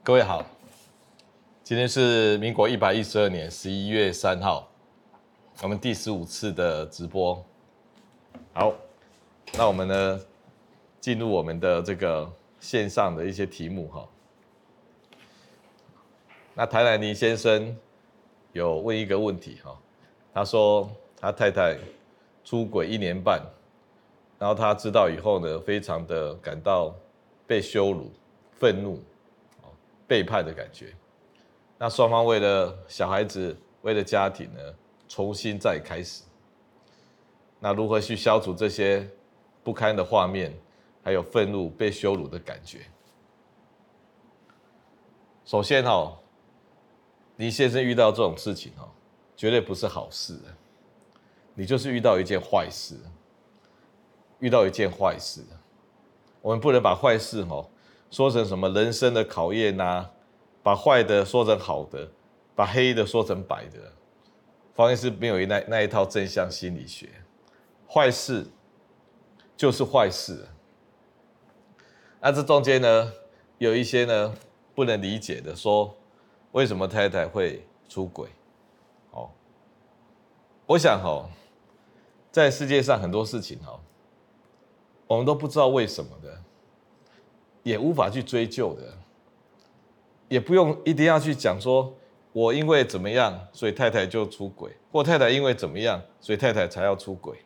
各位好，今天是民国112年11月3号，我们第15次的直播。好，那我们呢进入我们的这个线上的一些题目哈。那台南尼先生有问一个问题哈，他说他太太出轨1年半，然后他知道以后呢，非常的感到被羞辱、愤怒。背叛的感觉，那双方为了小孩子，为了家庭呢，重新再开始。那如何去消除这些不堪的画面，还有愤怒、被羞辱的感觉？首先倪先生遇到这种事情绝对不是好事，你就是遇到一件坏事，我们不能把坏事说成什么人生的考验啊，把坏的说成好的，把黑的说成白的。方医师没有那一套正向心理学，坏事就是坏事。那这中间呢，有一些呢不能理解的，说为什么太太会出轨？我想在世界上很多事情我们都不知道为什么的。也无法去追究的，也不用一定要去讲说，我因为怎么样，所以太太就出轨，或太太因为怎么样，所以太太才要出轨。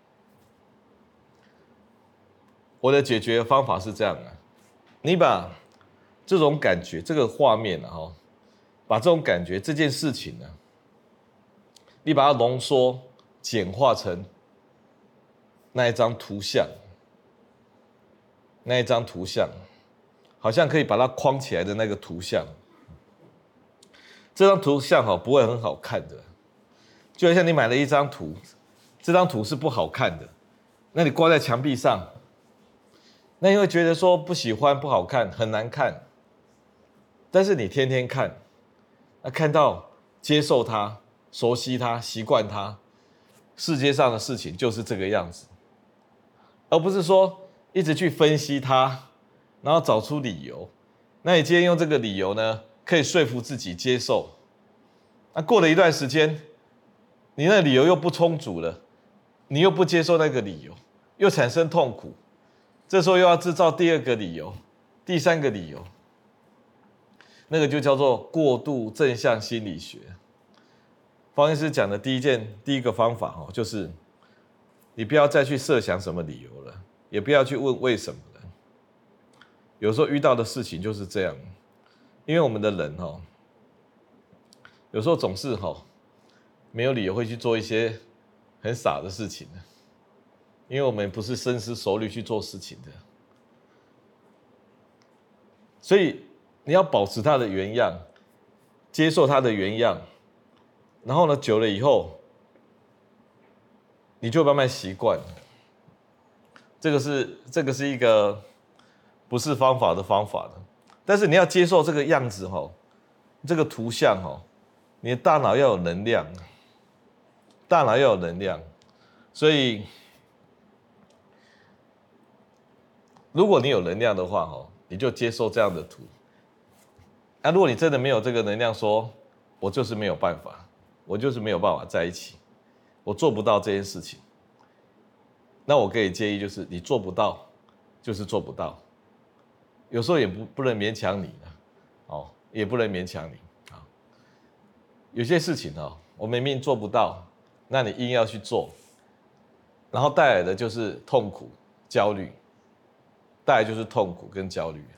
我的解决方法是这样你把这种感觉、这个画面把这种感觉、这件事情你把它浓缩、简化成那一张图像，好像可以把它框起来的那个图像，这张图像不会很好看的，就好像你买了一张图，这张图是不好看的，那你挂在墙壁上，那你会觉得说不喜欢、不好看、很难看。但是你天天看，看到接受它、熟悉它、习惯它，世界上的事情就是这个样子，而不是说一直去分析它。然后找出理由，那你今天用这个理由呢，可以说服自己接受。那过了一段时间，你那理由又不充足了，你又不接受那个理由，又产生痛苦，这时候又要制造第二个理由、第三个理由，那个就叫做过度正向心理学。方医师讲的第一个方法就是你不要再去设想什么理由了，也不要去问为什么。有时候遇到的事情就是这样，因为我们的人有时候总是没有理由会去做一些很傻的事情，因为我们不是深思熟虑去做事情的，所以你要保持它的原样，接受它的原样，然后呢，久了以后，你就慢慢习惯。这个是一个不是方法的方法的，但是你要接受这个样子这个图像你的大脑要有能量，所以如果你有能量的话你就接受这样的图。如果你真的没有这个能量，说我就是没有办法，我就是没有办法在一起，我做不到这件事情，那我给你建议就是你做不到就是做不到。有时候也不能勉强你也不能勉强你有些事情我明明做不到，那你硬要去做，然后带来的就是痛苦、焦虑，带来就是痛苦跟焦虑。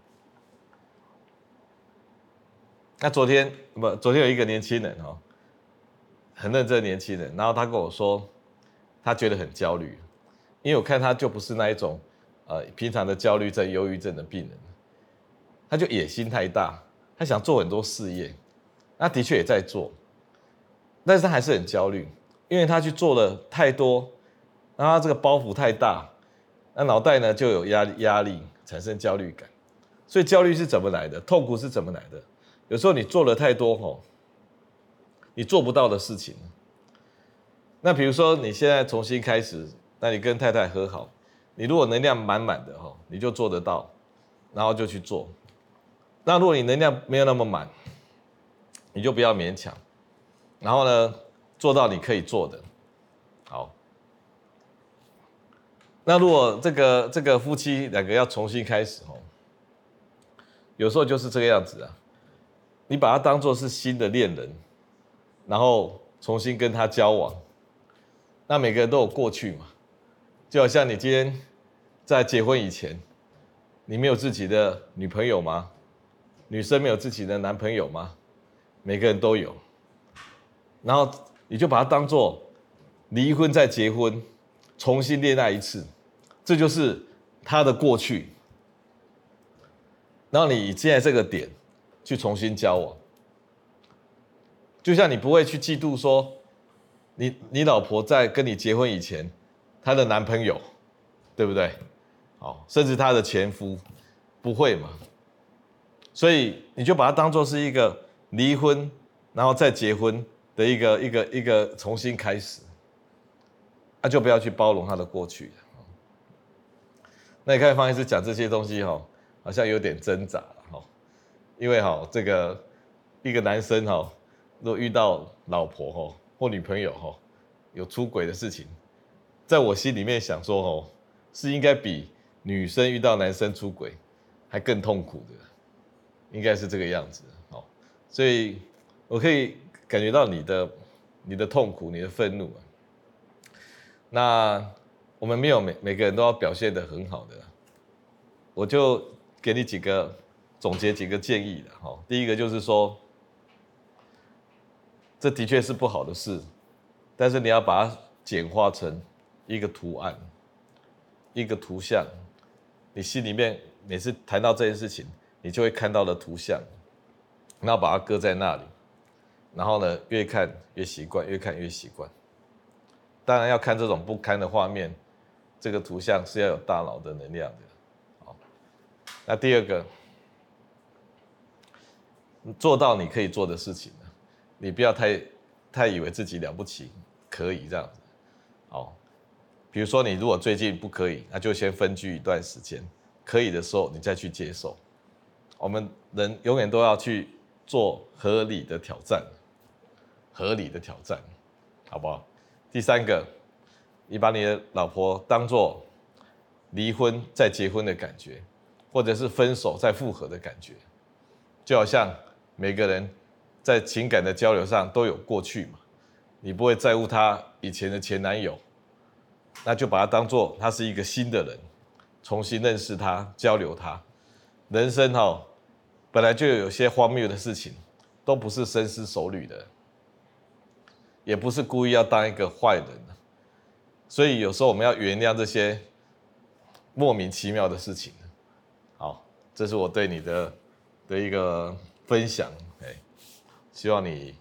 那昨天有一个年轻人很认真的年轻人，然后他跟我说，他觉得很焦虑，因为我看他就不是那一种平常的焦虑症、忧郁症的病人，他就野心太大，他想做很多事业，那的确也在做，但是他还是很焦虑，因为他去做了太多，然后他这个包袱太大，那脑袋呢就有压力，产生焦虑感。所以焦虑是怎么来的？痛苦是怎么来的？有时候你做了太多你做不到的事情。那比如说你现在重新开始，那你跟太太和好，你如果能量满满的你就做得到，然后就去做。 那如果你能量没有那么满，你就不要勉强，然后呢，做到你可以做的。好，那如果这个夫妻两个要重新开始哦，有时候就是这个样子啊，你把它当作是新的恋人，然后重新跟他交往。那每个人都有过去嘛，就好像你今天在结婚以前，你没有自己的女朋友吗？女生没有自己的男朋友吗？每个人都有。然后你就把它当作离婚再结婚，重新恋爱一次，这就是他的过去。然后你以现在这个点去重新交往，就像你不会去嫉妒说，你老婆在跟你结婚以前，她的男朋友，对不对？好，甚至她的前夫，不会嘛？所以你就把它当作是一个离婚，然后再结婚的一个重新开始，那就不要去包容他的过去了。那你看方医师讲这些东西哈，好像有点挣扎哈，因为哈这个一个男生哈，如果遇到老婆哈或女朋友哈有出轨的事情，在我心里面想说哦，是应该比女生遇到男生出轨还更痛苦的。应该是这个样子，好，所以我可以感觉到你的痛苦，你的愤怒。那我们没有每个人都要表现得很好的，我就给你总结几个建议的，哈。第一个就是说，这的确是不好的事，但是你要把它简化成一个图案，一个图像，你心里面每次谈到这件事情，你就会看到的图像，然后把它搁在那里，然后呢，越看越习惯，越看越习惯。当然要看这种不堪的画面，这个图像是要有大脑的能量的。好，那第二个，做到你可以做的事情，你不要太以为自己了不起，可以这样子。好，比如说你如果最近不可以，那就先分居一段时间，可以的时候你再去接受。我们人永远都要去做合理的挑战，好不好？第三个，你把你的老婆当作离婚再结婚的感觉，或者是分手再复合的感觉，就好像每个人在情感的交流上都有过去嘛，你不会在乎他以前的前男友，那就把他当作他是一个新的人，重新认识他，交流他。人生本来就有些荒谬的事情，都不是深思熟虑的，也不是故意要当一个坏人，所以有时候我们要原谅这些莫名其妙的事情。好，这是我对你的一个分享，希望你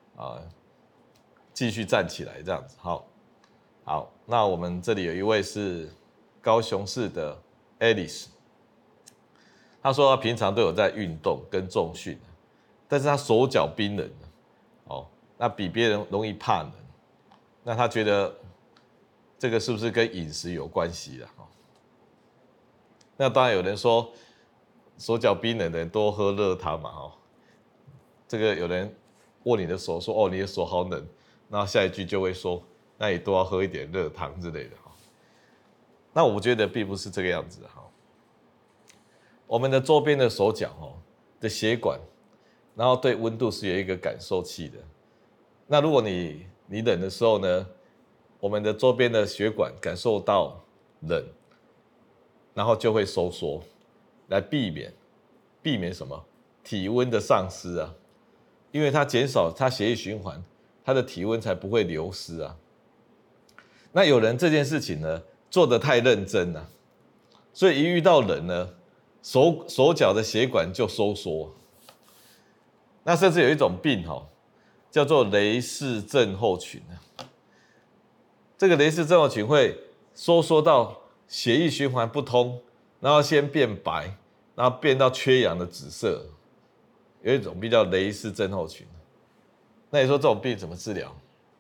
继续站起来这样子。好，那我们这里有一位是高雄市的 Alice。他说他平常都有在运动跟重训，但是他手脚冰冷，那比别人容易怕冷。那他觉得这个是不是跟饮食有关系啦？那当然有人说手脚冰冷的人多喝热汤嘛，这个有人握你的手说哦你的手好冷，然后下一句就会说那你多要喝一点热汤之类的。那我觉得并不是这个样子。我们的周边的手脚的血管，然后对温度是有一个感受器的。那如果你冷的时候呢，我们的周边的血管感受到冷，然后就会收缩，来避免什么体温的丧失啊，因为它减少它血液循环，它的体温才不会流失啊。那有人这件事情呢做得太认真了，所以一遇到冷呢，手脚的血管就收缩。那甚至有一种病叫做雷氏症候群。这个雷氏症候群会收缩到血液循环不通，然后先变白，然后变到缺氧的紫色。有一种病叫雷氏症候群。那你说这种病怎么治疗？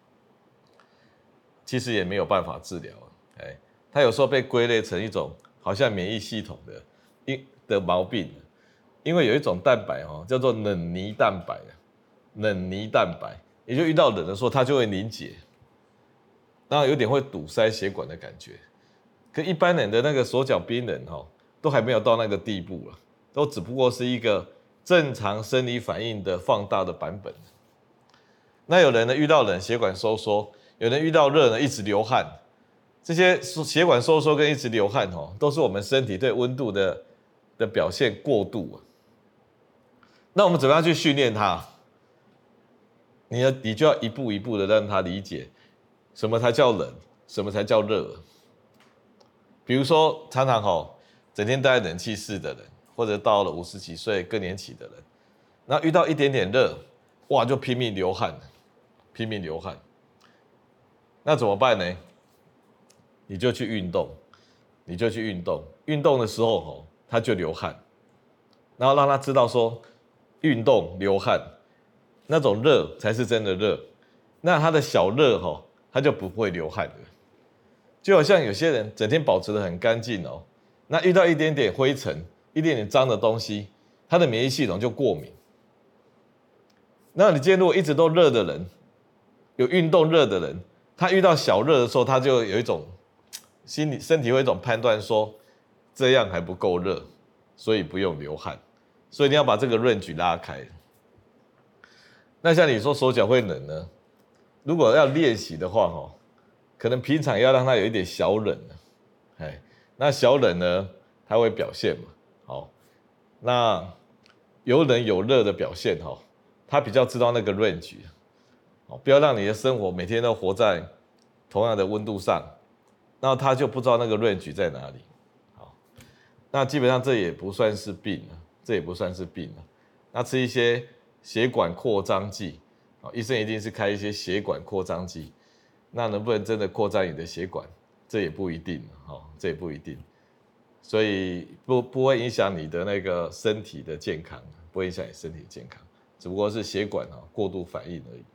其实也没有办法治疗。它有时候被归类成一种好像免疫系统的毛病， 因为有一种蛋白叫做冷凝蛋白，冷凝蛋白，也就遇到冷的时候它就会凝结，然后有点会堵塞血管的感觉。可一般人的那个手脚冰冷都还没有到那个地步了，都只不过是一个正常生理反应的放大的版本。那有人呢遇到冷血管收缩，有人遇到热呢一直流汗，这些血管收缩跟一直流汗都是我们身体对温度的表现过度。那我们怎么样去训练它？你就要一步一步的让他理解什么才叫冷，什么才叫热。比如说常常整天待在冷气室的人，或者到了50几岁更年期的人，那遇到一点点热，哇就拼命流汗，拼命流汗。那怎么办呢？你就去运动，运动的时候他就流汗，然后让他知道说运动流汗那种热才是真的热，那他的小热他就不会流汗了。就好像有些人整天保持得很干净那遇到一点点灰尘，一点点脏的东西，他的免疫系统就过敏。那你今天如果一直都热的人，有运动热的人，他遇到小热的时候，他就有一种身体会有一种判断说这样还不够热，所以不用流汗，所以你要把这个 range 拉开。那像你说手脚会冷呢，如果要练习的话可能平常要让它有一点小冷，那小冷呢它会表现嘛，那有冷有热的表现他比较知道那个 range，不要让你的生活每天都活在同样的温度上，那他就不知道那个 range 在哪里。那基本上这也不算是病，那吃一些血管扩张剂，医生一定是开一些血管扩张剂，那能不能真的扩张你的血管，这也不一定，所以不会影响你的那个身体的健康，不会影响你身体的健康，只不过是血管过度反应而已。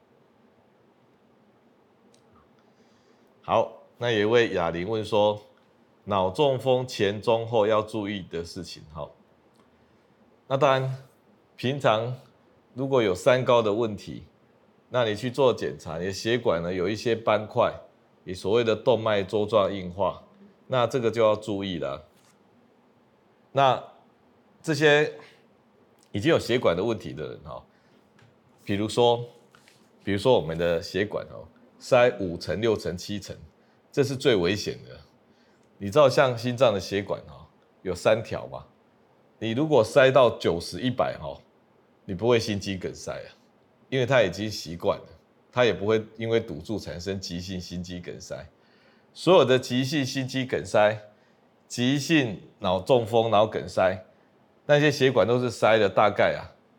好，那有一位雅玲问说，脑中风前中后要注意的事情。那当然平常如果有三高的问题，那你去做检查，你的血管呢有一些斑块，你所谓的动脉粥状硬化，那这个就要注意了。那这些已经有血管的问题的人比如说我们的血管塞5层、6层、7层，这是最危险的。你知道像心脏的血管有3条嘛？你如果塞到90、100你不会心肌梗塞因为它已经习惯了，它也不会因为堵住产生急性心肌梗塞。所有的急性心肌梗塞、急性脑中风、脑梗塞，那些血管都是塞了大概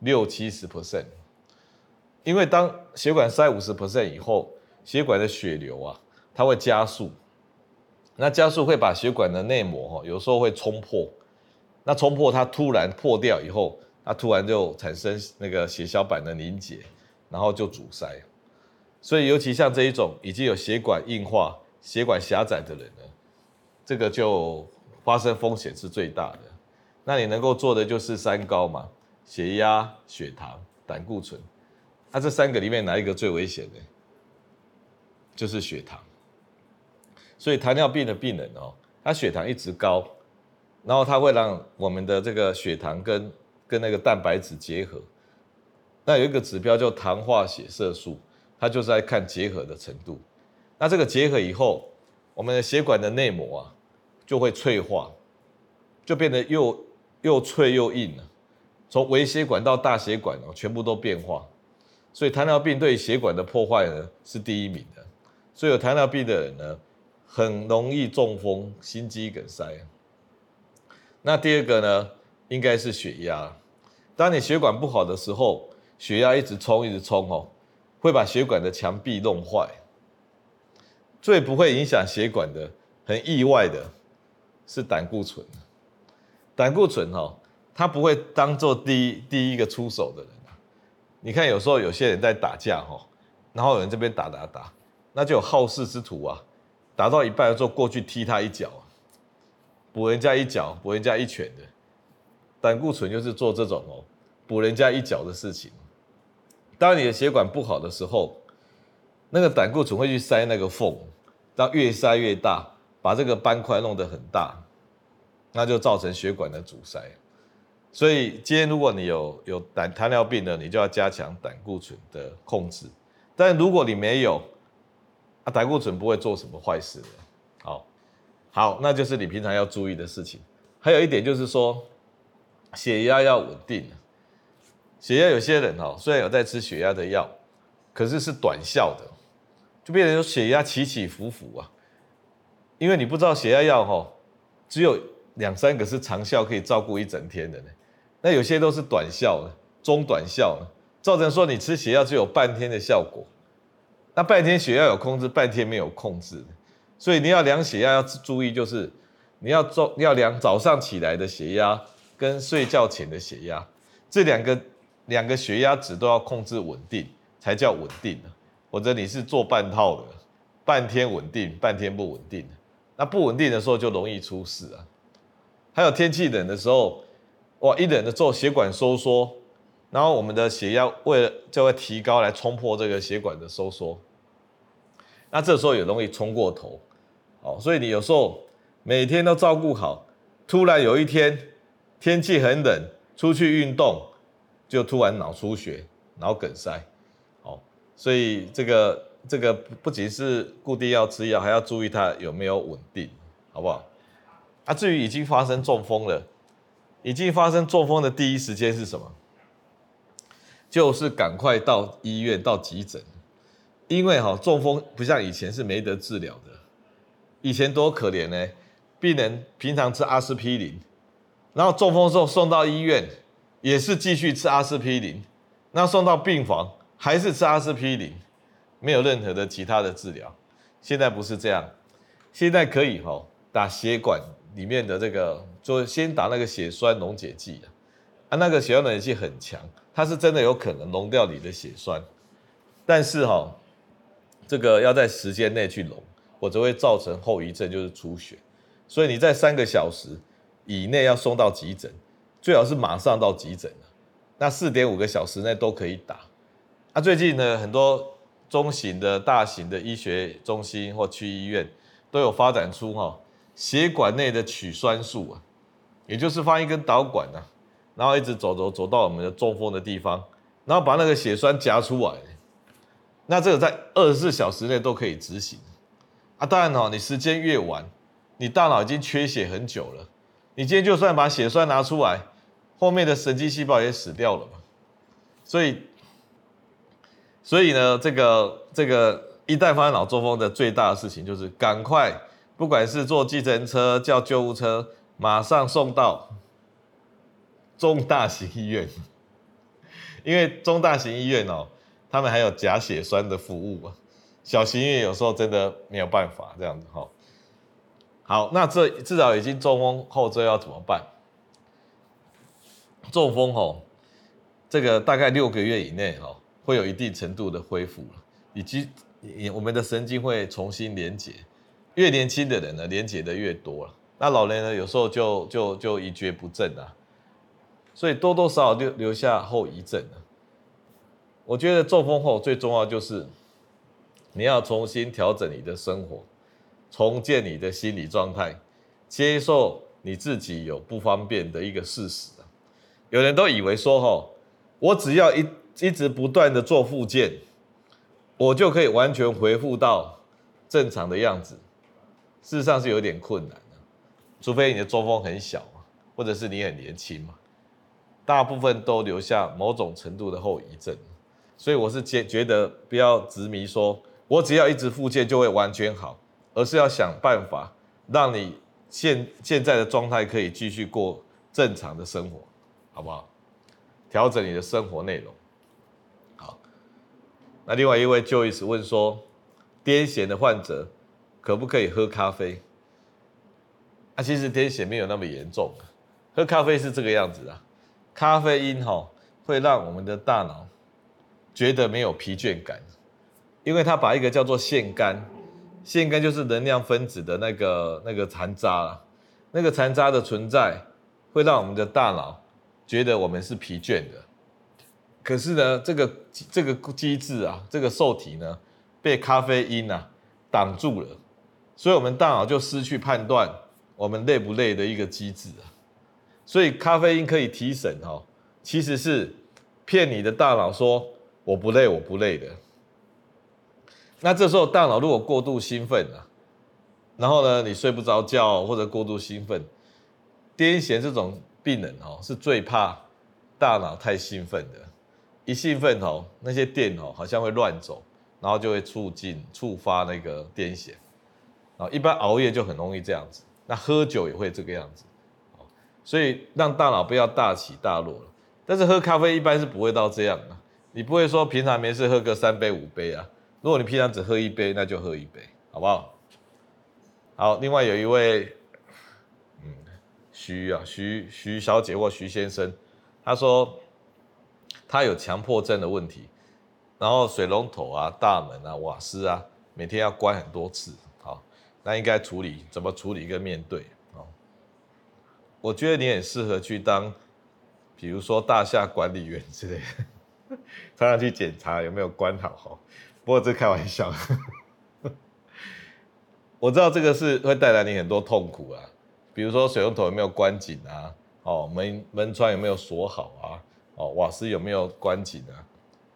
60-70%。因为当血管塞50% 以后，血管的血流它会加速，那加速会把血管的内膜有时候会冲破，那冲破它突然破掉以后，它突然就产生那个血小板的凝结，然后就阻塞。所以尤其像这一种已经有血管硬化、血管狭窄的人呢，这个就发生风险是最大的。那你能够做的就是3高嘛，血压、血糖、胆固醇。那这3个里面哪一个最危险呢？就是血糖。所以糖尿病的病人他血糖一直高，然后它会让我们的这个血糖跟那个蛋白质结合。那有一个指标叫糖化血色素，它就是在看结合的程度。那这个结合以后，我们的血管的内膜就会脆化，就变得又脆又硬了。从微血管到大血管全部都变化。所以糖尿病对血管的破坏呢是第1名的。所以有糖尿病的人呢，很容易中风、心肌梗塞。那第2个呢，应该是血压。当你血管不好的时候，血压一直冲会把血管的墙壁弄坏。最不会影响血管的，很意外的是胆固醇。胆固醇它不会当做第一个出手的人。你看有时候有些人在打架然后有人这边打，那就有好事之徒打到一半的时候过去踢他一脚，补人家一脚，补人家一拳的。 胆固醇就是做这种补人家一脚的事情。当你的血管不好的时候，那个胆固醇会去塞那个缝，让越塞越大，把这个斑块弄得很大，那就造成血管的阻塞。所以今天如果你有糖尿病的，你就要加强胆固醇的控制。但如果你没有，胆固醇不会做什么坏事的。好，那就是你平常要注意的事情。还有一点就是说，血压要稳定。血压有些人虽然有在吃血压的药，可是是短效的，就变成说血压起起伏伏啊。因为你不知道血压药只有2-3个是长效可以照顾一整天的呢，那有些都是短效的、中短效的，造成说你吃血药只有半天的效果。那半天血压有控制，半天没有控制，所以你要量血压要注意，就是你要量早上起来的血压跟睡觉前的血压，这两个血压值都要控制稳定，才叫稳定的。否则你是做半套的，半天稳定，半天不稳定，那不稳定的时候就容易出事啊。还有天气冷的时候，一冷的时候血管收缩，然后我们的血压就会提高来冲破这个血管的收缩，那这时候也容易冲过头。所以你有时候每天都照顾好，突然有一天天气很冷，出去运动就突然脑出血、脑梗塞。所以这个不仅是固定要吃药，还要注意它有没有稳定，好不好？至于已经发生中风了，已经发生中风的第一时间是什么？就是赶快到医院到急诊，因为中风不像以前是没得治疗的，以前多可怜呢，病人平常吃阿司匹林，然后中风之后送到医院也是继续吃阿司匹林，那送到病房还是吃阿司匹林，没有任何的其他的治疗。现在不是这样，现在可以打血管里面的这个，就先打那个血栓溶解剂那个血栓溶解剂很强，它是真的有可能溶掉你的血栓，但是这个要在时间内去溶，否则会造成后遗症，就是出血。所以你在3个小时以内要送到急诊，最好是马上到急诊，那4.5个小时内都可以打。最近呢，很多中型的、大型的医学中心或区医院都有发展出血管内的取栓术也就是放一根导管然后一直走到我们的中风的地方，然后把那个血栓夹出来。那这个在24小时内都可以执行当然你时间越晚，你大脑已经缺血很久了，你今天就算把血栓拿出来，后面的神经细胞也死掉了嘛。所以呢，这个一旦发生脑中风的最大的事情就是赶快，不管是坐计程车、叫救护车，马上送到中大型医院，因为中大型医院他们还有假血栓的服务小型医院有时候真的没有办法这样子好，那这至少已经中风后，这要怎么办？中风这个大概6个月以内会有一定程度的恢复了，以及我们的神经会重新连结。越年轻的人呢，连结的越多了。那老人呢，有时候就一蹶不振所以多多少少留下后遗症我觉得中风后最重要就是你要重新调整你的生活，重建你的心理状态，接受你自己有不方便的一个事实有人都以为说我只要一直不断的做复健，我就可以完全恢复到正常的样子。事实上是有点困难的，除非你的中风很小或者是你很年轻大部分都留下某种程度的后遗症。所以我是觉得不要执迷说我只要一直复健就会完全好，而是要想办法让你现在的状态可以继续过正常的生活，好不好？调整你的生活内容。好，那另外一位就医师问说，癫痫的患者可不可以喝咖啡？其实癫痫没有那么严重，喝咖啡是这个样子咖啡因会让我们的大脑觉得没有疲倦感，因为它把一个叫做腺苷就是能量分子的那个残渣那个残渣的存在会让我们的大脑觉得我们是疲倦的。可是呢，这个机制啊，这个受体呢，被咖啡因啊挡住了，所以我们大脑就失去判断我们累不累的一个机制啊。所以咖啡因可以提神其实是骗你的大脑说我不累，我不累的。那这时候大脑如果过度兴奋然后呢你睡不着觉或者过度兴奋，癫痫这种病人是最怕大脑太兴奋的。一兴奋那些电好像会乱走，然后就会触发那个癫痫。一般熬夜就很容易这样子，那喝酒也会这个样子。所以让大脑不要大起大落了。但是喝咖啡一般是不会到这样的，你不会说平常没事喝个3杯5杯啊。如果你平常只喝1杯，那就喝1杯，好不好？好，另外有一位徐小姐或徐先生，他说他有强迫症的问题，然后水龙头啊、大门啊、瓦斯啊，每天要关很多次。好，那应该怎么处理跟面对？我觉得你很适合去当，比如说大厦管理员之类的，常常去检查有没有关好。不过这开玩笑，我知道这个是会带来你很多痛苦啊，比如说水龙头有没有关紧啊，门窗有没有锁好啊，瓦斯有没有关紧啊，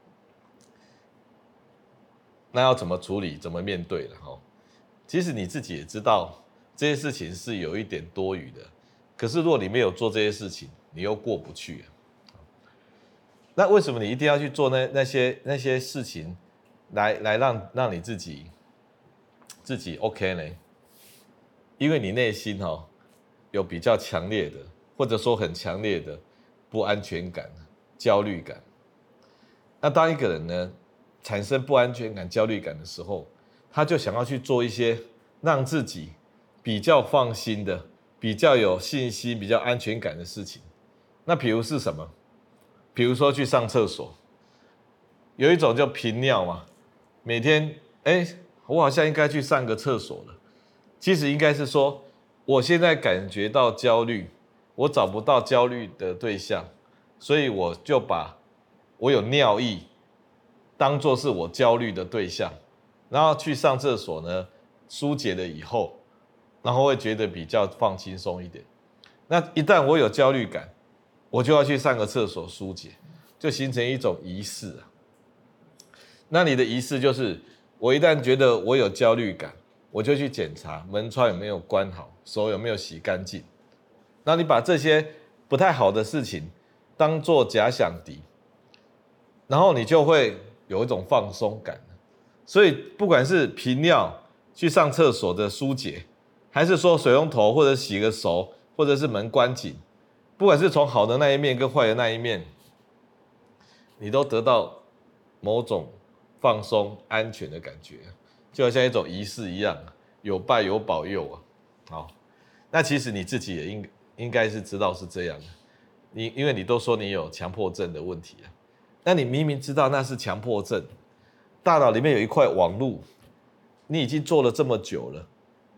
那要怎么处理、怎么面对其实你自己也知道这些事情是有一点多余的。可是如果你没有做这些事情，你又过不去。那为什么你一定要去做那些事情，来让你自己 OK 呢？因为你内心有比较强烈的，或者说很强烈的不安全感、焦虑感。那当一个人呢产生不安全感、焦虑感的时候，他就想要去做一些让自己比较放心的、比较有信心、比较安全感的事情。那比如是什么？比如说去上厕所，有一种叫频尿嘛，每天我好像应该去上个厕所了。其实应该是说，我现在感觉到焦虑，我找不到焦虑的对象，所以我就把我有尿意当作是我焦虑的对象，然后去上厕所呢，疏解了以后，然后会觉得比较放轻松一点。那一旦我有焦虑感，我就要去上个厕所疏解，就形成一种仪式啊。那你的仪式就是，我一旦觉得我有焦虑感，我就去检查门窗有没有关好，手有没有洗干净。那你把这些不太好的事情当作假想敌，然后你就会有一种放松感。所以不管是频尿、去上厕所的疏解，还是说水龙头或者洗个手，或者是门关紧，不管是从好的那一面跟坏的那一面，你都得到某种放松、安全的感觉，就好像一种仪式一样，有拜有保佑啊。好，那其实你自己也应该是知道是这样的，因为你都说你有强迫症的问题啊，那你明明知道那是强迫症，大脑里面有一块网路，你已经做了这么久了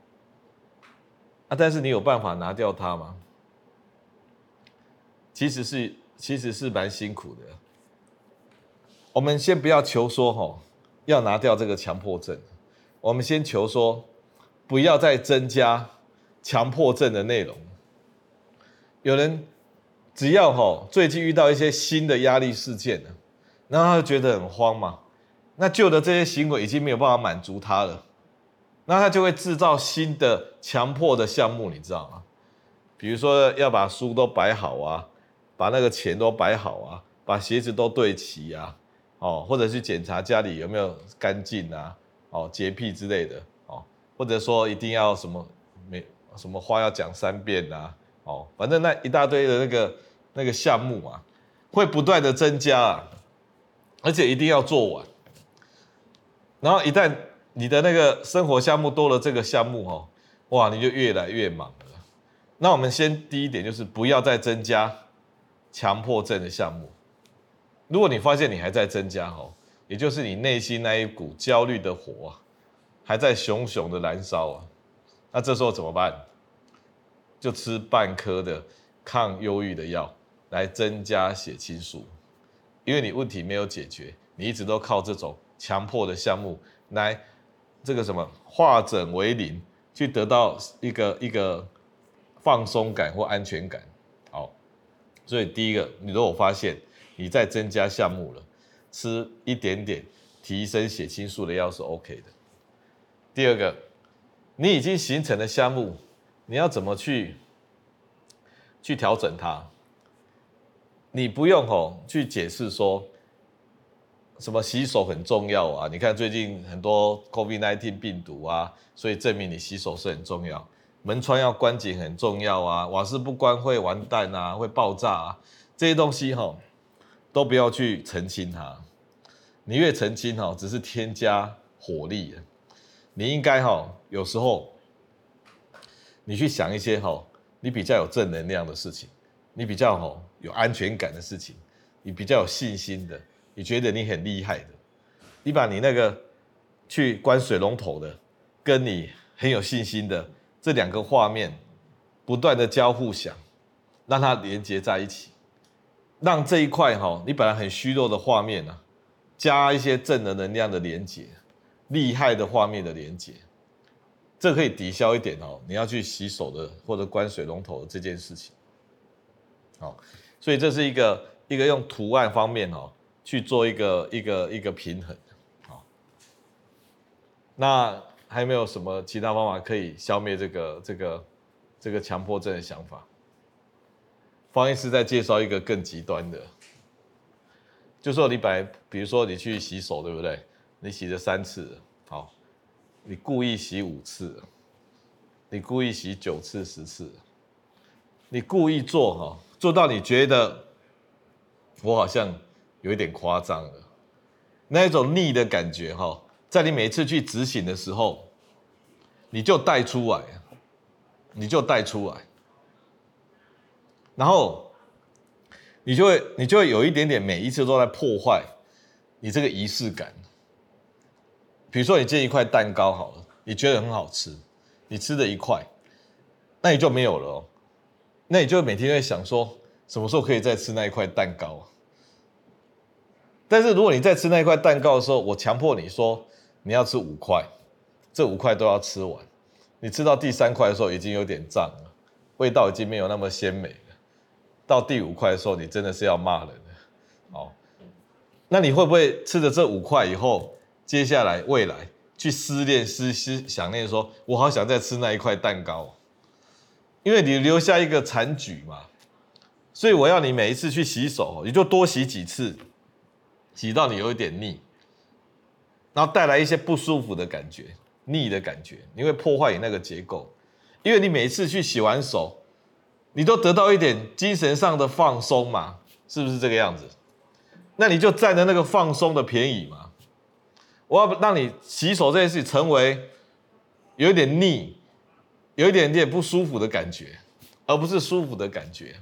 但是你有办法拿掉它吗？其实是蛮辛苦的。我们先不要求说要拿掉这个强迫症，我们先求说不要再增加强迫症的内容。有人只要最近遇到一些新的压力事件了，然后他就觉得很慌嘛，那旧的这些行为已经没有办法满足他了，那他就会制造新的强迫的项目，你知道吗？比如说要把书都摆好啊，把那个钱都摆好啊，把鞋子都对齐啊，或者去检查家里有没有干净啊，洁癖之类的，或者说一定要什么话要讲3遍啊，反正那一大堆的那个项目啊，会不断的增加啊，而且一定要做完。然后一旦你的那个生活项目多了这个项目哇，你就越来越忙了。那我们先第一点就是不要再增加强迫症的项目。如果你发现你还在增加也就是你内心那一股焦虑的火还在熊熊的燃烧啊，那这时候怎么办？就吃半颗的抗忧郁的药来增加血清素，因为你问题没有解决，你一直都靠这种强迫的项目来这个什么化整为零，去得到一个放松感或安全感。好，所以第一个，你如果发现你在增加项目了，吃一点点提升血清素的药是 OK 的。第二个，你已经形成了项目，你要怎么去调整它？你不用去解释说什么洗手很重要啊，你看最近很多 COVID-19 病毒啊，所以证明你洗手是很重要。门窗要关紧很重要啊，瓦斯不关会完蛋啊，会爆炸啊，这些东西都不要去澄清它。你越澄清只是添加火力。你应该有时候你去想一些你比较有正能量的事情，你比较有安全感的事情，你比较有信心的，你觉得你很厉害的，你把你那个去关水龙头的，跟你很有信心的这两个画面不断的交互想，让它连接在一起，让这一块你本来很虚弱的画面啊，加一些正的能量的连接，厉害的画面的连接，这可以抵消一点你要去洗手的或者关水龙头的这件事情。好，所以这是一个用图案方面去做一个平衡。好，那还有没有什么其他方法可以消灭这个强迫症的想法？方医师再介绍一个更极端的，就说你比如说你去洗手，对不对？你洗了3次了，好，你故意洗5次，你故意洗9次、10次，你故意做到你觉得我好像有一点夸张了，那一种腻的感觉在你每一次去执行的时候，你就带出来，然后你就会有一点点每一次都在破坏你这个仪式感。比如说你煎一块蛋糕好了，你觉得很好吃，你吃了1块，那你就没有了那你就每天会想说什么时候可以再吃那一块蛋糕。但是如果你在吃那一块蛋糕的时候，我强迫你说你要吃5块，这5块都要吃完，你吃到第3块的时候已经有点胀了，味道已经没有那么鲜美了，到第5块的时候你真的是要骂人了。那你会不会吃了这5块以后，接下来未来去想念说我好想再吃那一块蛋糕，因为你留下一个残局嘛。所以我要你每一次去洗手，你就多洗几次，洗到你有一点腻，然后带来一些不舒服的感觉，腻的感觉，你会破坏你那个结构。因为你每一次去洗完手，你都得到一点精神上的放松嘛，是不是这个样子？那你就占了那个放松的便宜嘛。我要让你洗手这件事成为有一点腻，有一点点不舒服的感觉，而不是舒服的感觉。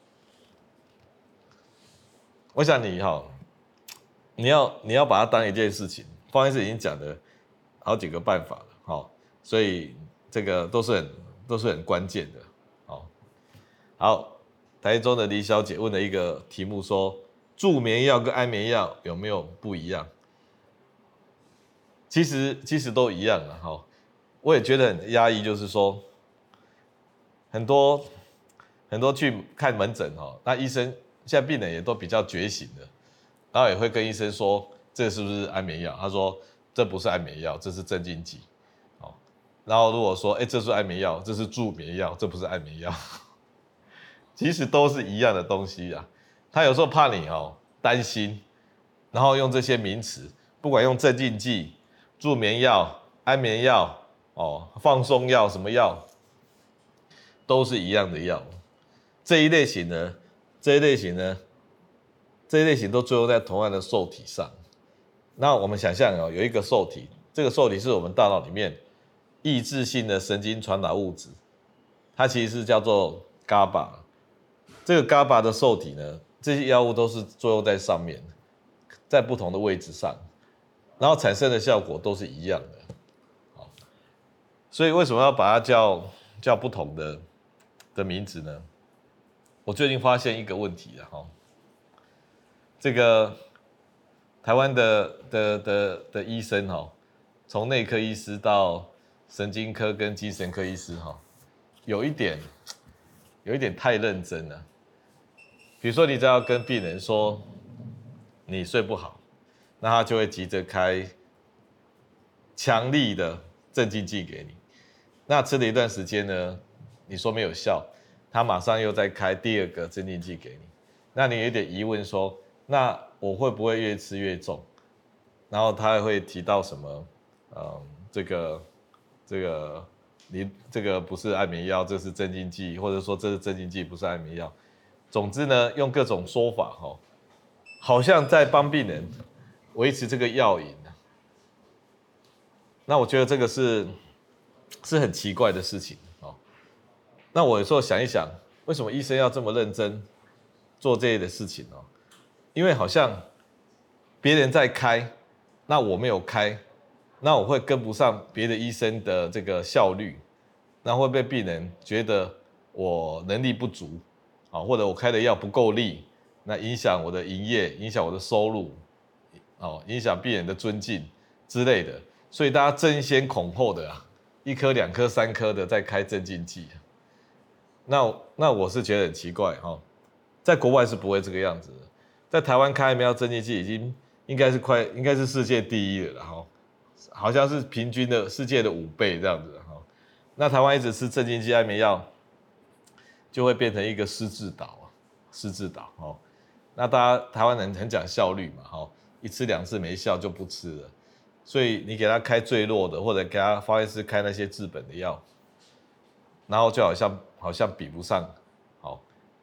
我想你你要把它当一件事情。方医师已经讲了好几个办法了，所以这个都是很关键的。好，台中的李小姐问了一个题目说，助眠药跟安眠药有没有不一样？其实都一样了我也觉得很压抑，就是说很多去看门诊那医生现在病人也都比较觉醒的，然后也会跟医生说这是不是安眠药？他说这不是安眠药，这是镇静剂。然后如果说这是安眠药，这是助眠药，这不是安眠药，其实都是一样的东西啊。他有时候怕你担心，然后用这些名词，不管用镇静剂、助眠药、安眠药放松药什么药，都是一样的药。这一类型都作用在同样的受体上。那我们想象有一个受体，这个受体是我们大脑里面抑制性的神经传导物质，它其实是叫做 GABA。这个 GABA 的受体呢，这些药物都是作用在上面，在不同的位置上，然后产生的效果都是一样的。所以为什么要把它叫不同的名字呢？ 我最近发现一个问题了哈，这个台湾的医生哈，从内科医师到神经科跟精神科医师哈，有一点太认真了。比如说，你只要跟病人说你睡不好，那他就会急着开强力的镇静剂给你。那吃了一段时间呢，你说没有效，他马上又再开第二个镇静剂给你。那你有点疑问说，那我会不会越吃越重？然后他还会提到什么？这个你这个不是安眠药，这是镇静剂，或者说这是镇静剂，不是安眠药。总之呢，用各种说法好像在帮病人维持这个药瘾。那我觉得这个是很奇怪的事情哦。那我有时候想一想，为什么医生要这么认真做这类的事情哦？因为好像别人在开，那我没有开，那我会跟不上别的医生的这个效率，那会被病人觉得我能力不足啊，或者我开的药不够力，那影响我的营业，影响我的收入，哦，影响病人的尊敬之类的，所以大家争先恐后的1颗、2颗、3颗的在开镇静剂。那我是觉得很奇怪哈，在国外是不会这个样子的，在台湾开安眠药镇静剂已经应该是世界第一了哈，好像是平均的世界的5倍这样子哈。那台湾一直吃镇静剂安眠药，就会变成一个失智岛哦。那大家台湾人很讲效率嘛哈，一次2次没效就不吃了，所以你给他开最弱的，或者给他方医师开那些治本的药，然后就好像比不上，好，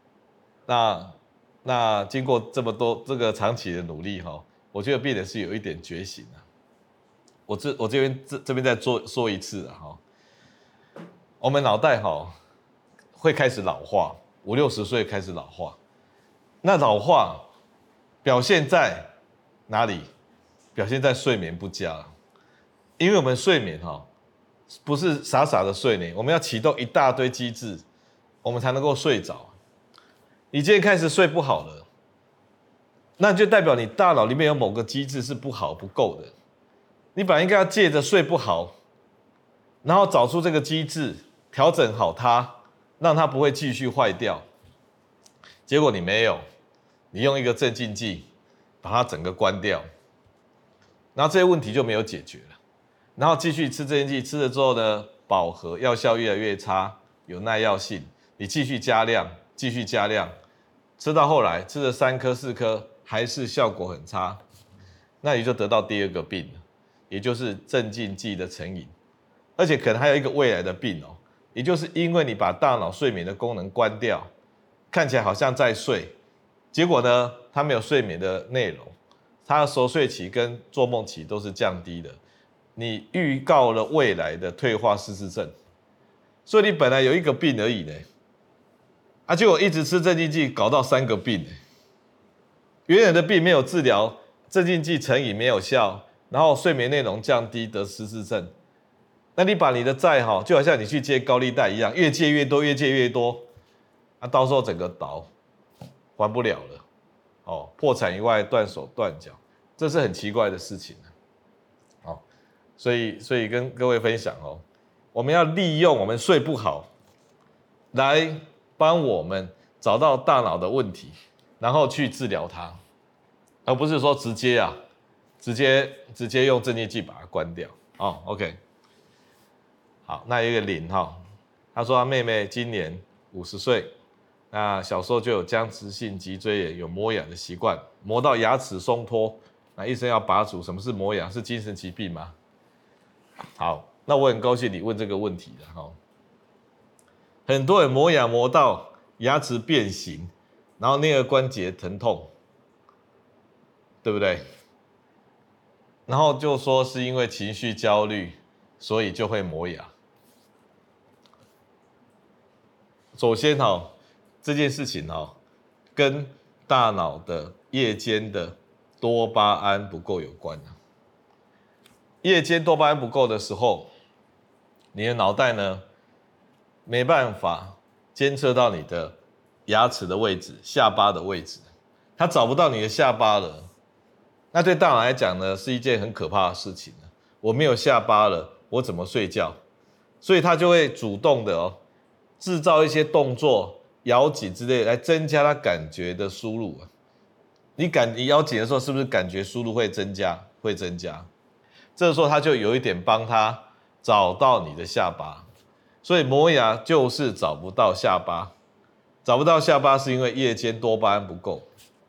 那经过这么多这个长期的努力哈，我觉得病人是有一点觉醒的。我这边再说一次哈，我们脑袋会开始老化，50、60岁开始老化。那老化表现在哪里？表现在睡眠不佳，因为我们睡眠不是傻傻的睡眠，我们要启动一大堆机制，我们才能够睡着。你今天开始睡不好了，那就代表你大脑里面有某个机制是不好不够的。你本来应该要借着睡不好，然后找出这个机制，调整好它，让它不会继续坏掉。结果你没有，你用一个镇静剂把它整个关掉，然后这些问题就没有解决了。然后继续吃镇静剂，吃了之后呢，饱和，药效越来越差，有耐药性，你继续加量，吃到后来吃了3颗4颗还是效果很差，那你就得到第二个病了，也就是镇静剂的成瘾，而且可能还有一个未来的病也就是因为你把大脑睡眠的功能关掉，看起来好像在睡，结果呢，它没有睡眠的内容，它的熟睡期跟做梦期都是降低的，你预告了未来的退化失智症，所以你本来有1个病而已呢，结果一直吃镇静剂搞到3个病呢，原来的病没有治疗，镇静剂成瘾没有效，然后睡眠内容降低得失智症，那你把你的债就好像你去借高利贷一样，越借越多，到时候整个岛还不了了，破产以外断手断脚，这是很奇怪的事情所以跟各位分享我们要利用我们睡不好来帮我们找到大脑的问题，然后去治疗它，而不是说直接用镇静剂把它关掉OK。 好，那有一个林他说他妹妹今年50岁，那小时候就有僵直性脊椎炎，有磨牙的习惯，磨到牙齿松脱，那医生要拔除。什么是磨牙？是精神疾病吗？好，那我很高兴你问这个问题了很多人磨牙磨到牙齿变形，然后颞颌关节疼痛，对不对？然后就说是因为情绪焦虑，所以就会磨牙。首先这件事情跟大脑的夜间的多巴胺不够有关夜间多巴胺不够的时候，你的脑袋呢没办法监测到你的牙齿的位置、下巴的位置，它找不到你的下巴了。那对大脑来讲呢，是一件很可怕的事情。我没有下巴了，我怎么睡觉？所以它就会主动的制造一些动作、咬紧之类的来增加它感觉的输入。你咬紧的时候，是不是感觉输入会增加？会增加。这个时候它就有一点帮它找到你的下巴。所以磨牙就是找不到下巴，找不到下巴是因为夜间多巴胺不够。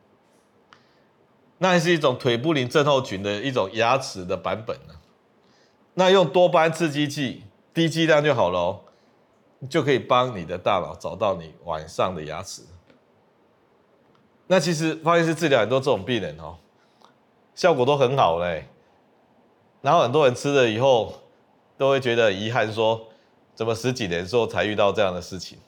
那还是一种腿不灵症候群的一种牙齿的版本呢。那用多巴胺刺激剂，低剂量就好了就可以帮你的大脑找到你晚上的牙齿。那其实方医师治疗很多这种病人效果都很好嘞。然后很多人吃了以后都会觉得很遗憾说，怎么10几年之后才遇到这样的事情？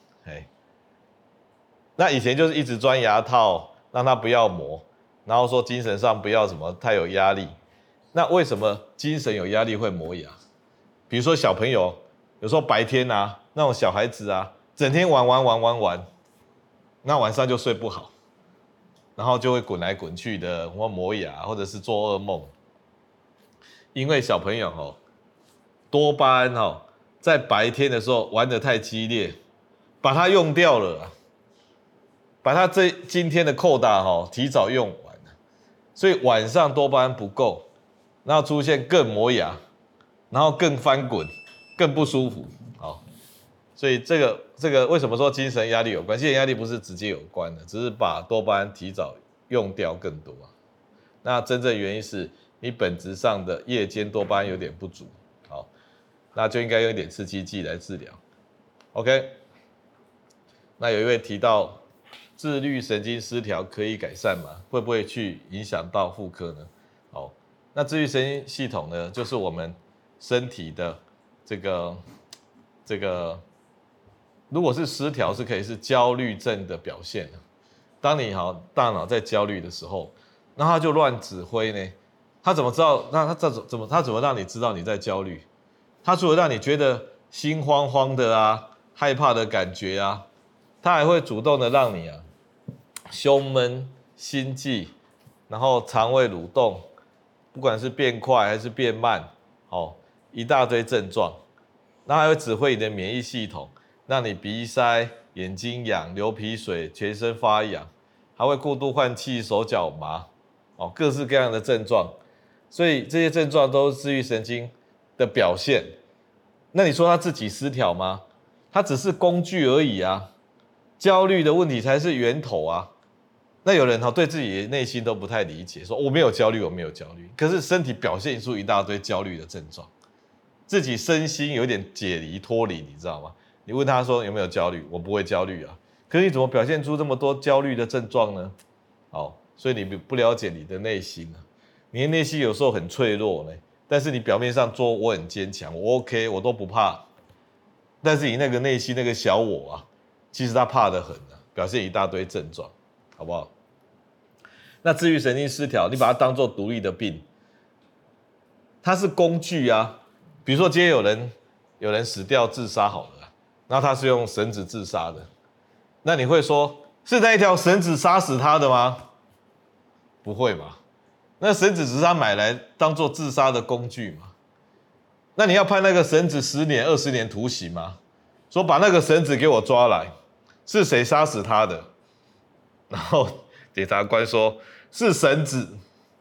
那以前就是一直钻牙套，让他不要磨，然后说精神上不要什么太有压力。那为什么精神有压力会磨牙？比如说小朋友，有时候白天那种小孩子整天玩，那晚上就睡不好，然后就会滚来滚去的，或磨牙，或者是做噩梦。因为小朋友多巴胺在白天的时候玩得太激烈，把它用掉了把它今天的扣打提早用完了，所以晚上多巴胺不够，然后出现更磨牙，然后更翻滚，更不舒服所以这个为什么说精神压力有关？精神压力不是直接有关的，只是把多巴胺提早用掉更多那真正原因是你本质上的夜间多巴胺有点不足那就应该用一点刺激剂来治疗。OK， 那有一位提到自律神经失调可以改善吗？会不会去影响到妇科呢？那自律神经系统呢，就是我们身体的这个，如果是失调，是可以是焦虑症的表现。当你大脑在焦虑的时候，那它就乱指挥呢。它怎么知道？那它怎么让你知道你在焦虑？它除了让你觉得心慌慌的害怕的感觉它还会主动的让你胸闷、心悸，然后肠胃蠕动，不管是变快还是变慢，一大堆症状。那还会指挥你的免疫系统，让你鼻塞、眼睛痒、流鼻水、全身发痒，还会过度换气、手脚麻，各式各样的症状。所以这些症状都是自律神经的表现。那你说他自己失调吗？他只是工具而已焦虑的问题才是源头那有人对自己的内心都不太理解，说我没有焦虑，我没有焦虑，可是身体表现出一大堆焦虑的症状，自己身心有点解离脱离，你知道吗？你问他说有没有焦虑，我不会焦虑可是你怎么表现出这么多焦虑的症状呢？所以你不了解你的内心你的内心有时候很脆弱呢，但是你表面上说我很坚强，我 OK， 我都不怕，但是你那个内心那个小我其实他怕得很表现一大堆症状，好不好？那自律神经失调，你把它当作独立的病，它是工具比如说今天有人死掉自杀好了然后他是用绳子自杀的，那你会说是那一条绳子杀死他的吗？不会嘛？那绳子只是他买来当做自杀的工具嘛？那你要判那个绳子10年、20年徒刑吗？说把那个绳子给我抓来，是谁杀死他的？然后检察官说是绳子，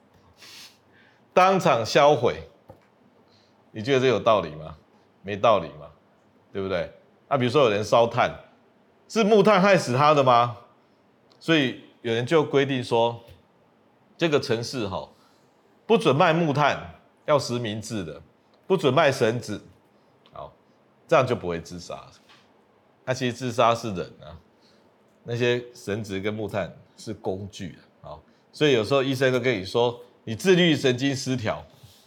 当场销毁。你觉得这有道理吗？没道理嘛，对不对？比如说有人烧炭，是木炭害死他的吗？所以有人就规定说，这个城市不准卖木炭，要实名制的，不准卖绳子，这样就不会自杀。那其实自杀是人那些绳子跟木炭是工具所以有时候医生都跟你说，你自律神经失调，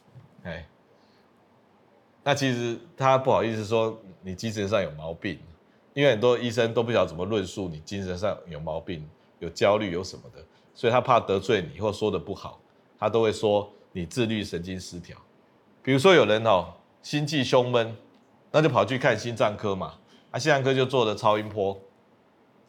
那其实他不好意思说你精神上有毛病，因为很多医生都不晓得怎么论述你精神上有毛病、有焦虑、有什么的，所以他怕得罪你或说的不好，他都会说你自律神经失调。比如说有人心悸胸闷，那就跑去看心脏科嘛，心脏科就做了超音波，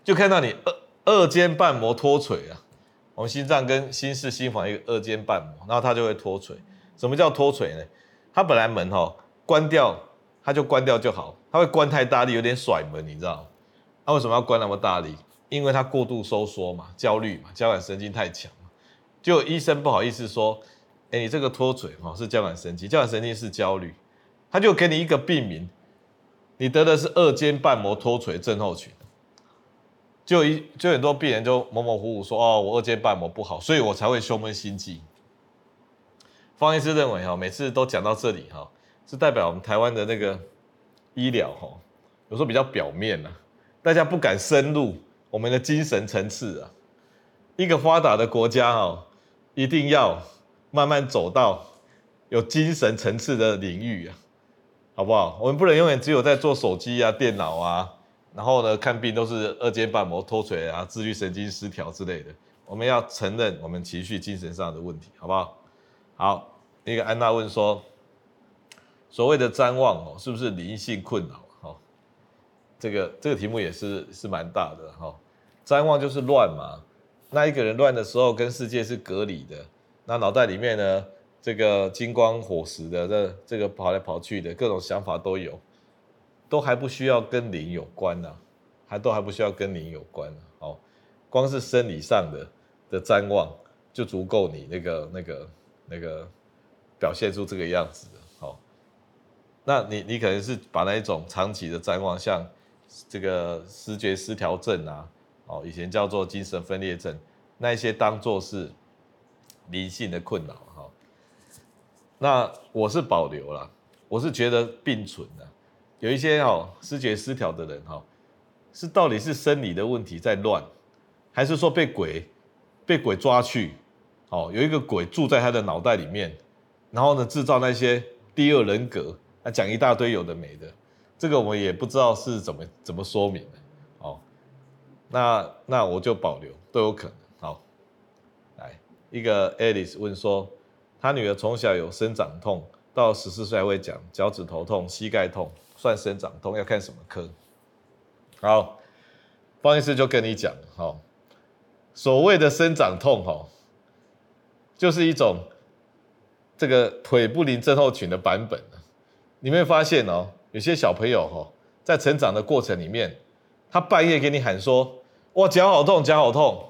就看到你二尖瓣膜脱垂啊。我们心脏跟心室、心房一个二尖瓣膜，然后它就会脱垂。什么叫脱垂呢？它本来门关掉，它就关掉就好，它会关太大力，有点甩门，你知道吗？它为什么要关那么大力？因为它过度收缩嘛，焦虑嘛，交感神经太强嘛。就医生不好意思说，你这个脱垂是交感神经，交感神经是焦虑，他就给你一个病名，你得的是二尖瓣膜脱垂症候群。就很多病人就模模糊糊说，我二尖瓣膜不好，所以我才会胸闷心悸。方医师认为每次都讲到这里是代表我们台湾的那个医疗有时候比较表面啊，大家不敢深入我们的精神层次啊。一个发达的国家一定要慢慢走到有精神层次的领域啊，好不好？我们不能永远只有在做手机啊、电脑啊，然后呢看病都是二尖瓣膜脱垂啊、自律神经失调之类的。我们要承认我们情绪、精神上的问题，好不好？好，那个安娜问说，所谓的谵妄是不是灵性困扰？这个题目也是蛮大的谵妄就是乱嘛，那一个人乱的时候跟世界是隔离的，那脑袋里面呢，这个金光火石的这个跑来跑去的各种想法都有，都还不需要跟灵有关啊，都还不需要跟灵有关啊。光是生理上的谵妄就足够你那个表现出这个样子的。那你可能是把那一种长期的谵妄，像这个思觉失调症啊，以前叫做精神分裂症，那一些当作是灵性的困扰。那我是保留啦，我是觉得并存的。有一些思觉失调的人是到底是生理的问题在乱，还是说被鬼抓去？有一个鬼住在他的脑袋里面，然后呢制造那些第二人格，讲一大堆有的没的，这个我们也不知道是怎么说明的。那我就保留，都有可能。来一个 Alice 问说，他女儿从小有生长痛，到14岁还会讲脚趾头痛、膝盖痛，算生长痛，要看什么科？好，方医师就跟你讲，所谓的生长痛就是一种这个腿不灵症候群的版本。你会发现有些小朋友在成长的过程里面，他半夜给你喊说，哇，脚好痛，脚好痛。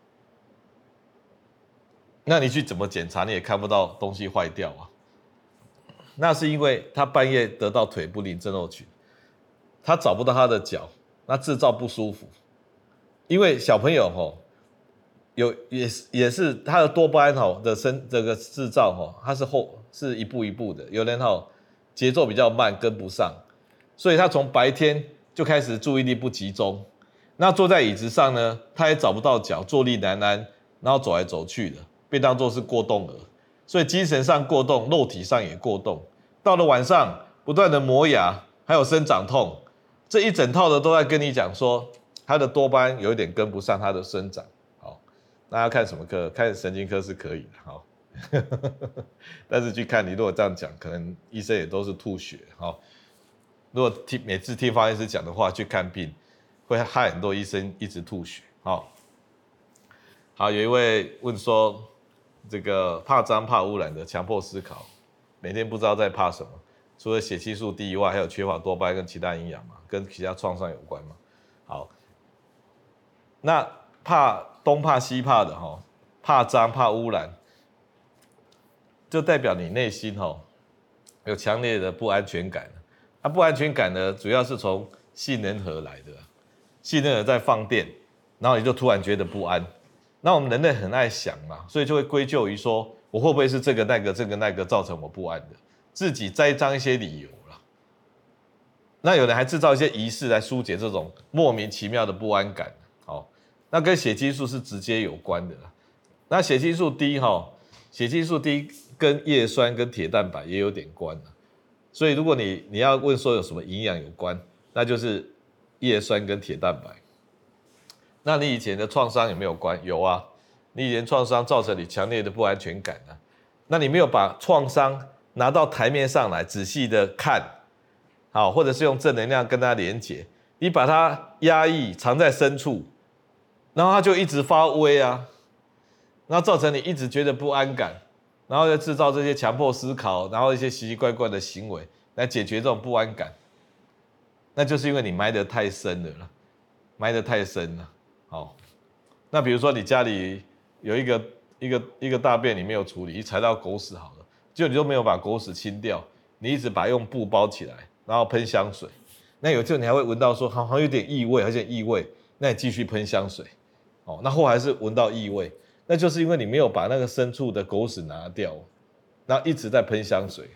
那你去怎么检查，你也看不到东西坏掉啊。那是因为他半夜得到腿不灵症候群，他找不到他的脚，那制造不舒服。因为小朋友也是他的多巴胺的这个制造它是一步一步的，有人节奏比较慢跟不上，所以他从白天就开始注意力不集中，那坐在椅子上呢，他也找不到脚，坐立难安，然后走来走去的，被当作是过动儿，所以精神上过动，肉体上也过动。到了晚上不断的磨牙，还有生长痛，这一整套的都在跟你讲说，他的多巴胺有一点跟不上他的生长。那要看什么科？看神经科是可以的，但是去看你如果这样讲，可能医生也都是吐血，如果每次听方医师讲的话去看病，会害很多医生一直吐血。好，有一位问说，这个怕脏怕污染的强迫思考，每天不知道在怕什么，除了血气素低以外，还有缺乏多巴胺跟其他营养嘛，跟其他创伤有关嘛。好，那东怕西怕的怕脏怕污染，就代表你内心有强烈的不安全感。不安全感呢，主要是从杏仁核来的，杏仁核在放电，然后你就突然觉得不安。那我们人类很爱想嘛，所以就会归咎于说，我会不会是这个那个造成我不安的，自己栽赃一些理由啦。那有人还制造一些仪式来疏解这种莫名其妙的不安感。那跟血激素是直接有关的啦。那血激素低跟叶酸跟铁蛋白也有点关啦。所以如果你要问说有什么营养有关，那就是叶酸跟铁蛋白。那你以前的创伤有没有关？有啊，你以前创伤造成你强烈的不安全感啊。那你没有把创伤拿到台面上来仔细的看，或者是用正能量跟它连结， 你把它压抑藏在深处，然后它就一直发威啊，然后造成你一直觉得不安感，然后再制造这些强迫思考，然后一些奇奇怪怪的行为来解决这种不安感，那就是因为你埋得太深了，埋得太深了。好，那比如说你家里有一个大便你没有处理，你踩到狗屎好了，结果你就没有把狗屎清掉，你一直把它用布包起来，然后喷香水，那有时候你还会闻到说好像有点异味，有点异味，那你继续喷香水，哦，那后来还是闻到异味，那就是因为你没有把那个深处的狗屎拿掉，然后一直在喷香水。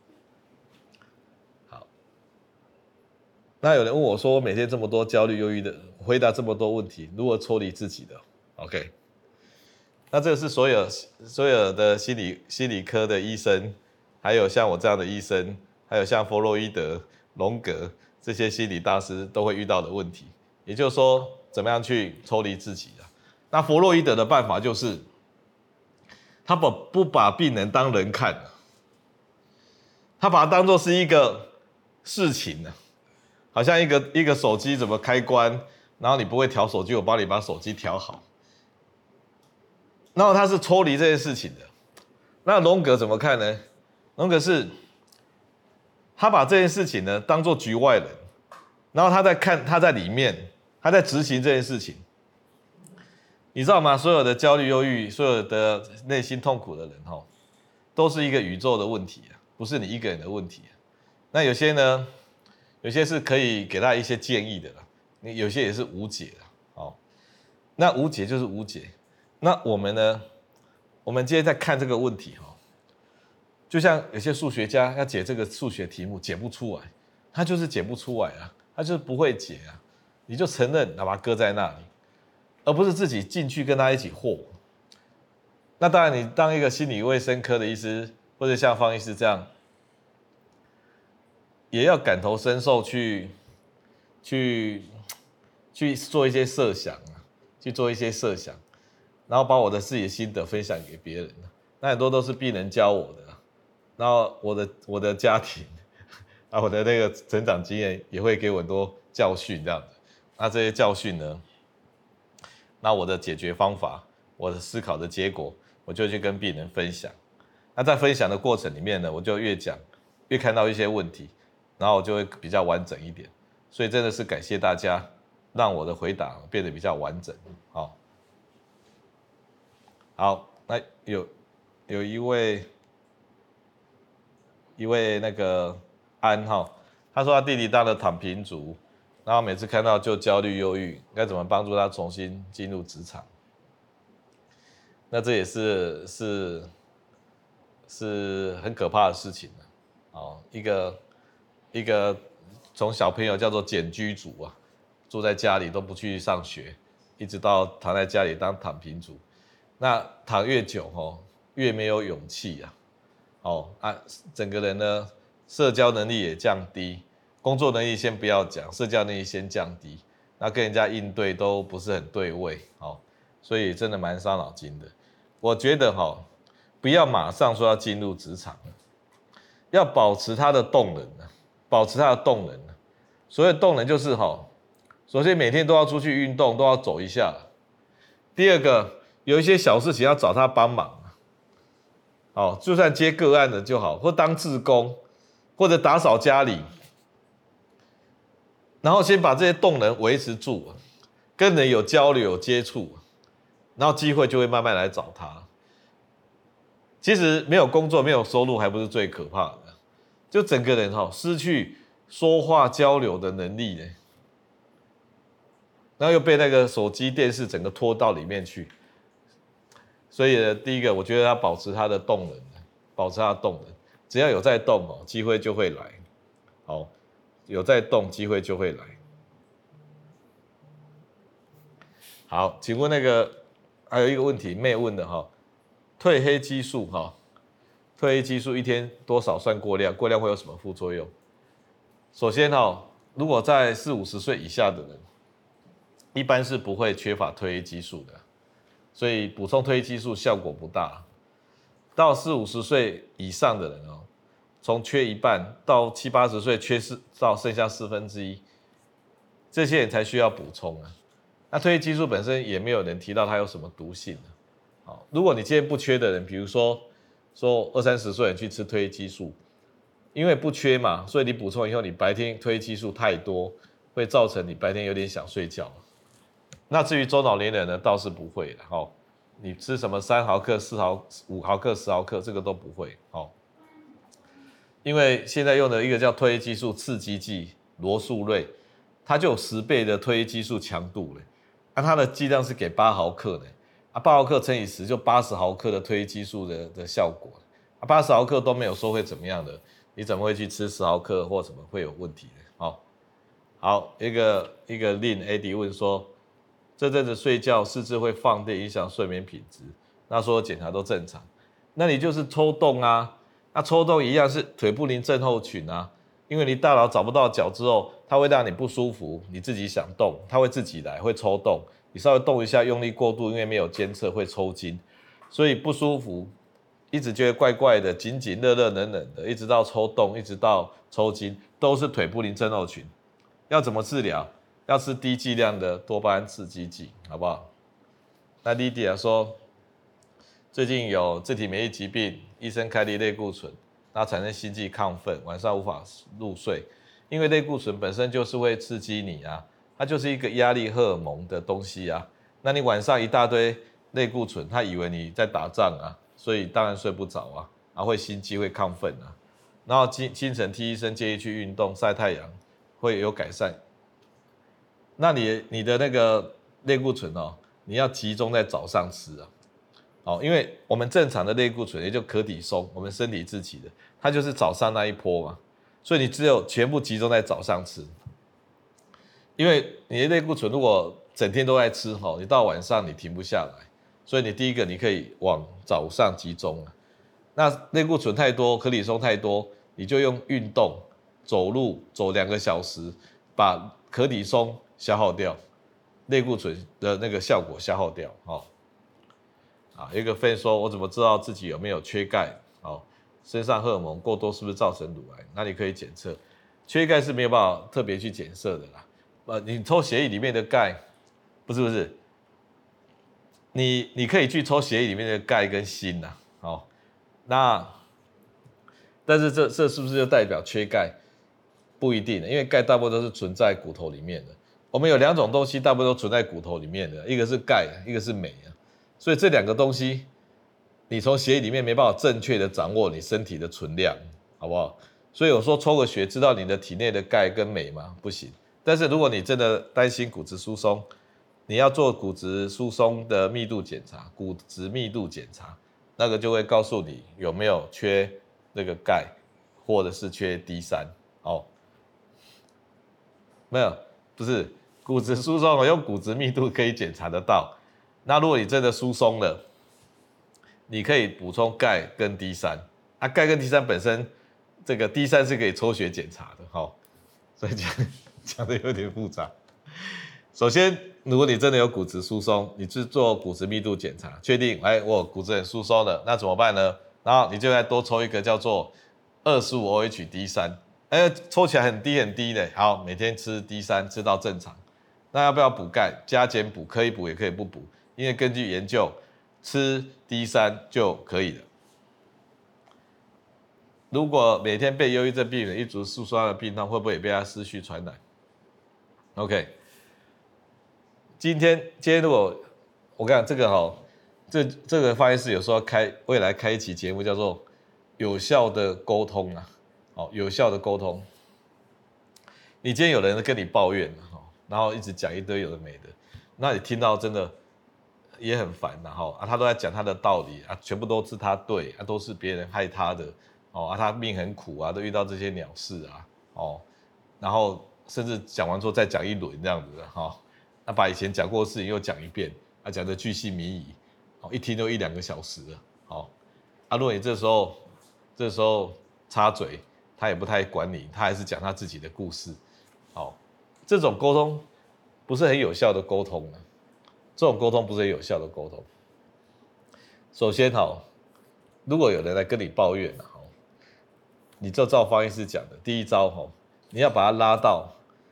好，那有人问我说，每天这么多焦虑、忧郁的，回答这么多问题，如何抽离自己的 ？OK， 那这个是所有的心理科的医生，还有像我这样的医生，还有像弗洛伊德、荣格这些心理大师都会遇到的问题。也就是说，怎么样去抽离自己啊？那弗洛伊德的办法就是，他不把病人当人看，他把它当作是一个事情呢，好像一个手机怎么开关，然后你不会调手机，我帮你把手机调好。然后他是抽离这件事情的。那荣格怎么看呢？荣格是，他把这件事情呢当作局外人，然后他在看他在里面，他在执行这件事情。你知道吗？所有的焦虑、忧郁，所有的内心痛苦的人，都是一个宇宙的问题啊，不是你一个人的问题啊。那有些呢，有些是可以给他一些建议的啦，你有些也是无解的。哦，那无解就是无解。那我们呢？我们今天在看这个问题，就像有些数学家要解这个数学题目解不出来，他就是解不出来啊，他就是不会解啊，你就承认，把它搁在那里。而不是自己进去跟他一起和。那当然，你当一个心理卫生科的医师，或者像方医师这样，也要感同身受去做一些设想啊，去做一些设想，然后把我的自己的心得分享给别人。那很多都是病人教我的，然后我的家庭啊，我的那个成长经验也会给我很多教训这样子。那这些教训呢？那我的解决方法，我的思考的结果，我就去跟病人分享。那在分享的过程里面呢，我就越讲越看到一些问题，然后我就会比较完整一点。所以真的是感谢大家，让我的回答变得比较完整。好，那有一位那个安他说他弟弟当了躺平族。然后每次看到就焦虑忧郁，该怎么帮助他重新进入职场？那这也是很可怕的事情一个从小朋友叫做简居族啊，住在家里都不去上学，一直到躺在家里当躺平族。那躺越久越没有勇气整个人呢社交能力也降低。工作能力先不要讲，社交能力先降低，那跟人家应对都不是很对位，所以真的蛮伤脑筋的。我觉得不要马上说要进入职场，要保持他的动能，保持他的动能。所谓动能就是首先每天都要出去运动，都要走一下。第二个，有一些小事情要找他帮忙，就算接个案的就好，或当志工，或者打扫家里。然后先把这些动能维持住，跟人有交流有接触，然后机会就会慢慢来找他。其实没有工作没有收入还不是最可怕的，就整个人失去说话交流的能力，然后又被那个手机电视整个拖到里面去。所以第一个我觉得要保持他的动能，保持他的动能，只要有在动机会就会来。有在动，机会就会来。好，请问那个还有一个问题，妹问的褪黑激素褪黑激素一天多少算过量？过量会有什么副作用？首先如果在40-50岁以下的人，一般是不会缺乏褪黑激素的，所以补充褪黑激素效果不大。到40-50岁以上的人从缺一半到70-80岁缺到剩下1/4， 这些人才需要补充啊。那褪黑激素本身也没有人提到它有什么毒性啊。好，如果你今天不缺的人，比如说20-30岁人去吃褪黑激素，因为不缺嘛，所以你补充以后，你白天褪黑激素太多，会造成你白天有点想睡觉。那至于中老年人呢，倒是不会的。好，你吃什么3毫克、5毫克、10毫克，这个都不会。好，因为现在用的一个叫褪黑激素刺激剂罗素瑞，它就有10倍的褪黑激素强度了。那它的剂量是给8毫克的。8毫克乘以10就80毫克的褪黑激素的效果。80毫克都没有说会怎么样的，你怎么会去吃10毫克或什么会有问题的？好，一个令 AD 问说，这阵子睡觉四肢会放电，影响睡眠品质。那说检查都正常，那你就是抽动啊，那抽动一样是腿不宁症候群啊，因为你大脑找不到脚之后，它会让你不舒服，你自己想动，它会自己来，会抽动，你稍微动一下，用力过度，因为没有监测会抽筋，所以不舒服。一直觉得怪怪的，紧紧、热热、冷冷的，一直到抽动，一直到抽筋，都是腿不宁症候群。要怎么治疗？要吃低剂量的多巴胺刺激剂，好不好？那 Lydia 说，最近有自体免疫疾病，医生开立类固醇，那产生心悸亢奋，晚上无法入睡，因为类固醇本身就是会刺激你啊，它就是一个压力荷尔蒙的东西啊。那你晚上一大堆类固醇，他以为你在打仗啊。所以当然睡不着啊，会心悸会亢奋啊，然后清晨听医生建议去运动晒太阳会有改善。那你的那个类固醇你要集中在早上吃啊，因为我们正常的类固醇也就可体松，我们身体自己的，它就是早上那一波嘛，所以你只有全部集中在早上吃，因为你的类固醇如果整天都在吃你到晚上你停不下来。所以你第一个你可以往早上集中那类固醇太多，可体松太多，你就用运动，走路走2个小时，把可体松消耗掉，类固醇的那个效果消耗掉。有一个 fan 说，我怎么知道自己有没有缺钙？身上荷尔蒙过多是不是造成乳癌？那你可以检测，缺钙是没有办法特别去检测的啦。你抽血液里面的钙，不是。你可以去抽血液里面的钙跟锌那但是这是不是就代表缺钙？不一定，因为钙大部分都是存在骨头里面的。我们有2种东西大部分都存在骨头里面的，一个是钙，一个是镁所以这2个东西，你从血液里面没办法正确的掌握你身体的存量，好不好？所以我说抽个血知道你的体内的钙跟镁吗？不行。但是如果你真的担心骨质疏松，你要做骨质疏松的密度检查，骨质密度检查，那个就会告诉你有没有缺那个钙，或者是缺 D3。没有，不是骨质疏松，我用骨质密度可以检查得到。那如果你真的疏松了，你可以补充钙跟 D3。钙跟 D3本身，这个 D3是可以抽血检查的，所以讲的有点复杂。首先，如果你真的有骨质疏松，你去做骨质密度检查，确定我骨质很疏松了，那怎么办呢？然后你就再多抽一个叫做25OH-D3，抽起来很低很低的，好，每天吃 D3 吃到正常。那要不要补钙？加减补，可以补也可以不补，因为根据研究，吃 D3就可以了。如果每天被忧郁症病人一直诉说他的病痛，会不会也被他思绪传染 ？OK。今天如果我跟你讲这个这个发言室有时候未来开一期节目叫做有效的沟通有效的沟通。你今天有人跟你抱怨然后一直讲一堆有的没的，那你听到真的也很烦他都在讲他的道理全部都是他对都是别人害他的他命很苦都遇到这些鸟事然后甚至讲完之后再讲一轮这样子的把以前讲过的事情又讲一遍讲得巨细靡遗一听就1-2个小时了如果你这时候插嘴，他也不太管你，他还是讲他自己的故事这种沟通不是很有效的沟通这种沟通不是很有效的沟通。首先如果有人来跟你抱怨你就照方医师讲的，第一招你要把他拉到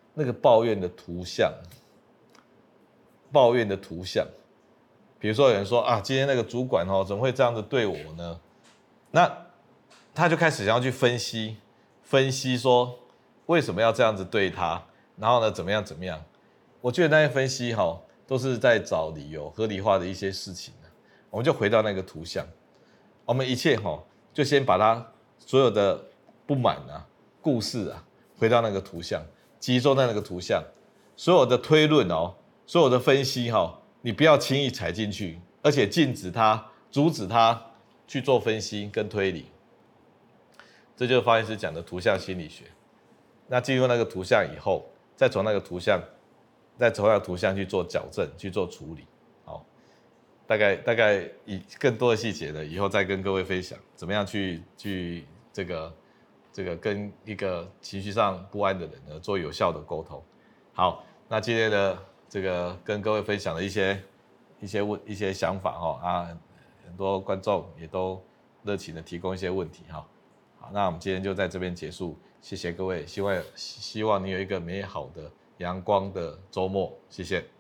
那个抱怨的图像，抱怨的图像，比如说有人说啊，今天那个主管哦，怎么会这样子对我呢？那他就开始想要去分析说为什么要这样子对他，然后呢怎么样？我觉得那些分析都是在找理由，合理化的一些事情。我们就回到那个图像，我们一切就先把它所有的不满啊、故事啊，回到那个图像，集中在那个图像，所有的推论所有的分析你不要轻易踩进去，而且禁止他、阻止他去做分析跟推理。这就是方医师讲的图像心理学。那进入那个图像以后，再从那个图像去做矫正、去做处理。好，大概以更多的细节呢，以后再跟各位分享，怎么样去这个跟一个情绪上不安的人呢做有效的沟通。好，那今天的这个跟各位分享的一些想法很多观众也都热情的提供一些问题好，那我们今天就在这边结束，谢谢各位，希望你有一个美好的阳光的周末，谢谢。